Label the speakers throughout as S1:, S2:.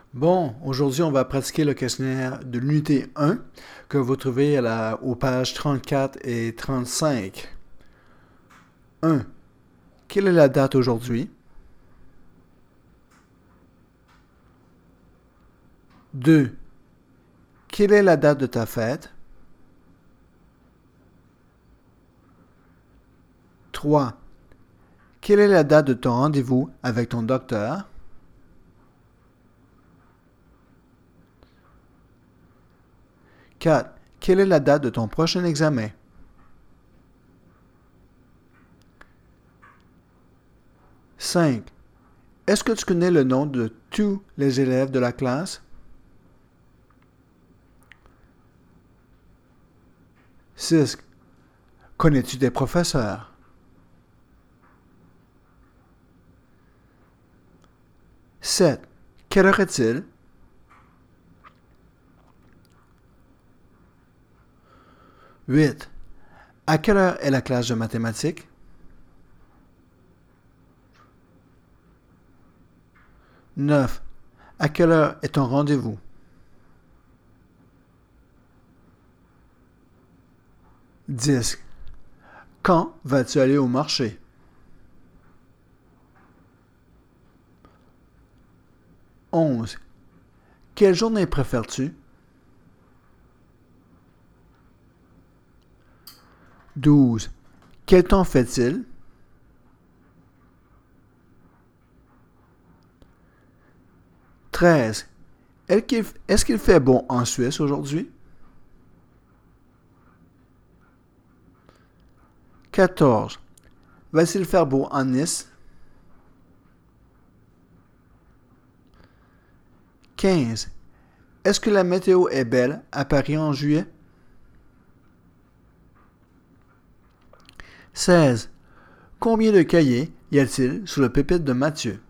S1: Bon, aujourd'hui, on va pratiquer le questionnaire de l'unité 1 que vous trouvez aux pages 34 et 35. 1. Quelle est la date aujourd'hui? 2. Quelle est la date de ta fête? 3. Quelle est la date de ton rendez-vous avec ton docteur? 4. Quelle est la date de ton prochain examen? 5. Est-ce que tu connais le nom de tous les élèves de la classe? 6. Connais-tu des professeurs? 7. Quelle heure est-il? 8. À quelle heure est la classe de mathématiques? 9. À quelle heure est ton rendez-vous? 10. Quand vas-tu aller au marché? 11. Quelle journée préfères-tu? 12. Quel temps fait-il? 13. Est-ce qu'il fait bon en Suisse aujourd'hui? 14. Va-t-il faire beau en Nice? 15. Est-ce que la météo est belle à Paris en juillet? 16. Combien de cahiers y a-t-il sur le pupitre de Mathieu?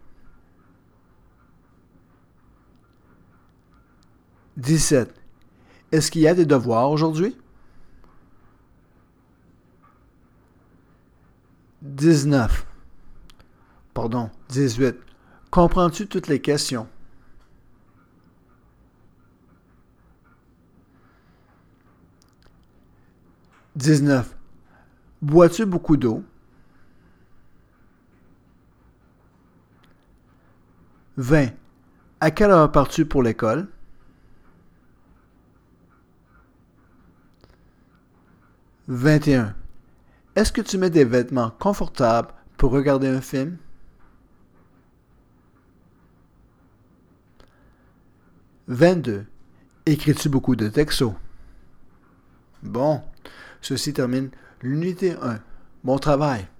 S1: 17. Est-ce qu'il y a des devoirs aujourd'hui? 19. Pardon, 18. Comprends-tu toutes les questions? 19. Bois-tu beaucoup d'eau? 20. À quelle heure pars-tu pour l'école? 21. Est-ce que tu mets des vêtements confortables pour regarder un film? 22. Écris-tu beaucoup de textos? Bon, ceci termine l'unité 1. Bon travail!